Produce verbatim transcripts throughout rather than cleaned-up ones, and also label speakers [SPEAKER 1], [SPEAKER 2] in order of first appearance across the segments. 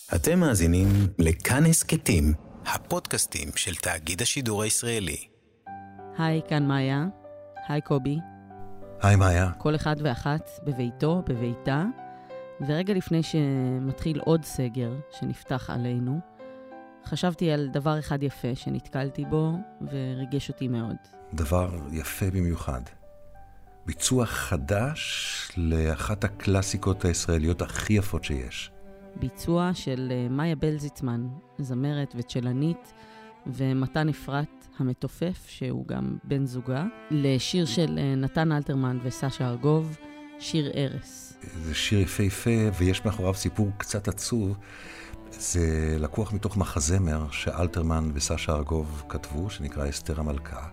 [SPEAKER 1] אתם מאזינים לכאן הסקטים, הפודקאסטים של תאגיד השידור הישראלי.
[SPEAKER 2] היי, כאן מאיה. היי קובי.
[SPEAKER 3] היי מאיה.
[SPEAKER 2] כל אחד ואחת בביתו, בביתה. ורגע לפני שמתחיל עוד סגר שנפתח עלינו, חשבתי על דבר אחד יפה שנתקלתי בו וריגש אותי מאוד. דבר
[SPEAKER 3] יפה במיוחד. ביצוע חדש לאחת הקלאסיקות הישראליות הכי יפות שיש.
[SPEAKER 2] ביצוע של מאיה בלזיצמן, זמרת וצ'לנית, ומתן אפרת המתופף, שהוא גם בן זוגה, לשיר של נתן אלתרמן וסשה ארגוב, שיר ארס.
[SPEAKER 3] זה שיר יפה יפה, ויש מאחוריו סיפור קצת עצוב. זה לקוח מתוך מחזמר שאלתרמן וסשה ארגוב כתבו, שנקרא אסתר המלכה,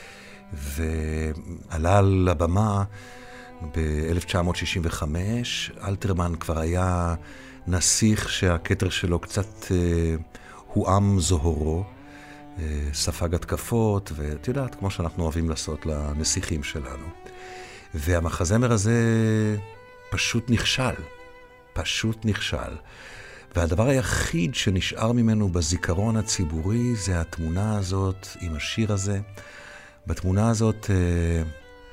[SPEAKER 3] ועלה על הבמה ב-אלף תשע מאות שישים וחמש. אלתרמן כבר היה נסיך שהכתר שלו קצת אה, הועם זוהרו, אה, ספג התקפות, ואת יודעת, כמו שאנחנו אוהבים לעשות לנסיכים שלנו. והמחזמר הזה פשוט נכשל, פשוט נכשל. והדבר היחיד שנשאר ממנו בזיכרון הציבורי זה התמונה הזאת עם השיר הזה. בתמונה הזאת אה,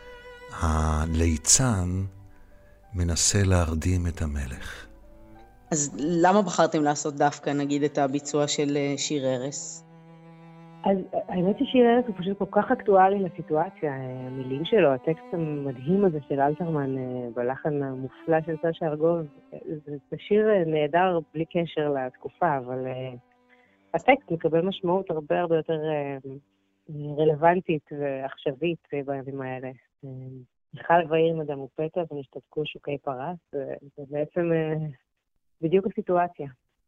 [SPEAKER 3] הליצן מנסה להרדים את המלך.
[SPEAKER 2] אז למה בחרתם לעשות דווקא, נגיד, את הביצוע של שיר ארס?
[SPEAKER 4] אז האמת ששיר ארס הוא פשוט כל כך אקטואלי לסיטואציה. המילים שלו, הטקסט המדהים הזה של אלתרמן בלחן המופלא של סשה ארגוב, זה שיר נהדר בלי קשר לתקופה, אבל הטקסט מקבל משמעות הרבה הרבה יותר רלוונטית ועכשווית בימים האלה. מיכל ואיר מדם ופטה ונשתתקו שוקי פרס, זה בעצם בדיוק הסיטואציה.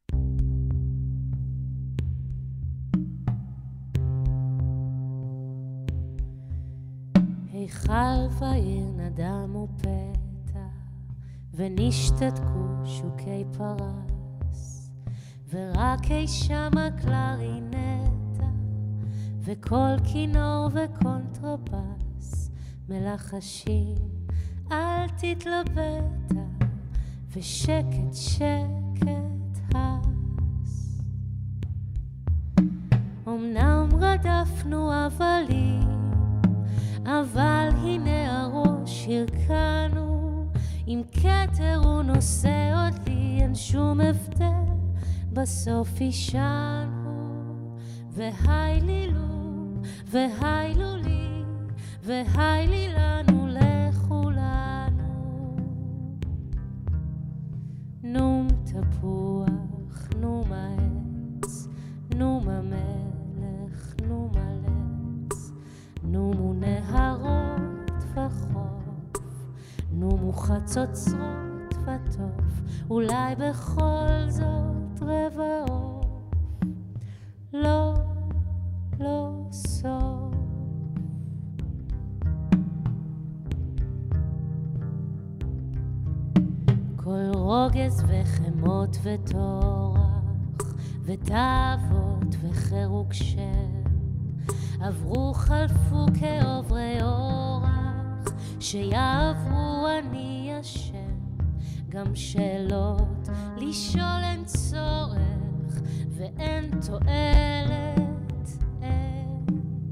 [SPEAKER 5] היכל ואיר נדם ופטה ונשתתקו שוקי פרס, ורק אי שם הקלרינטה וכל כינור וקונטרבס מלחשים אל תתלבטה, ושקט שקט הס. אמנם רדפנו הבלים, אבל הנה הראש הרכנו, עם כתר הוא נושא עוד לי, אין שום הבדל, בסוף ישנו. והי לי לו, והי לו לי, והי לי לנו לכולנו. נום תפוח, נום העץ, נום המלך, נום הלץ, נומו נהרות וחוף, נומו חצוצרות וטוב, אולי בכל זאת רבע עוף. לא, לא סוף. כל רוגז וחמות ותורח ותאוות וחירוק שם עברו חלפו כעוברי אורח, שיעברו אני השם. גם שאלות לשאול אין צורך ואין תועלת אין.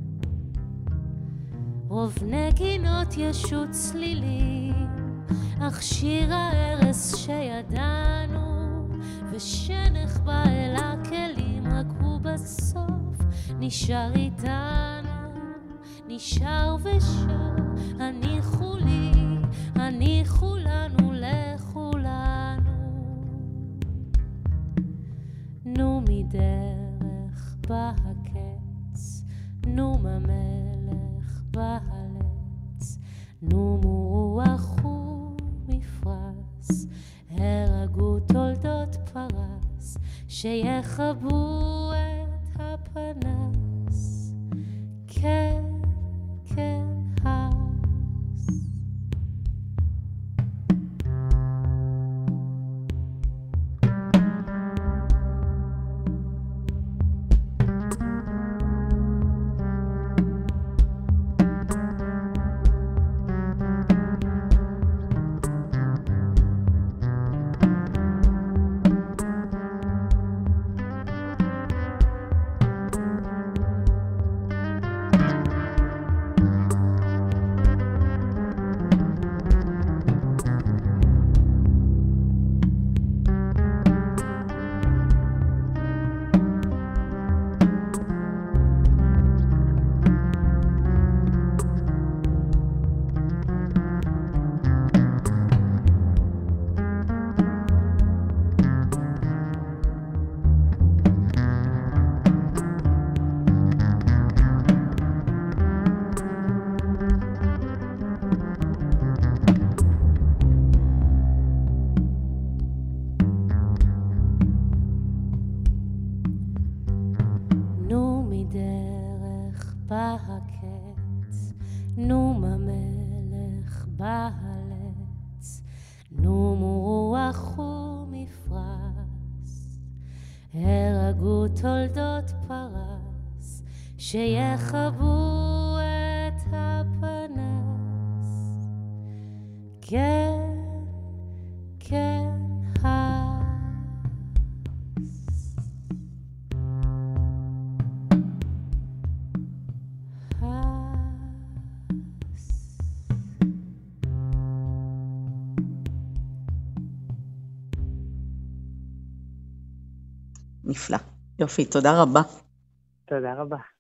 [SPEAKER 5] רוב נגינות ישות צלילים, אך שיר הארס שידענו ושנחבא אל הכלים, רק הוא בסוף נשאר איתנו, נשאר ושר. הניחו לי, הניחו לנו לכולנו. נו מדרך בהקץ, נו ממלך בהלץ, נו מרוח ומפרס, הרגו תולדות פרס, שיחבו את הפנס. כן, כן, הס. בא הקץ, נום המלך בא הלץ, נומו רוח ומפרס, הרגו תולדות פרס, שיחבו את הפנס. כן, כן, הס.
[SPEAKER 6] נפלא. יופי, תודה רבה.
[SPEAKER 4] תודה רבה.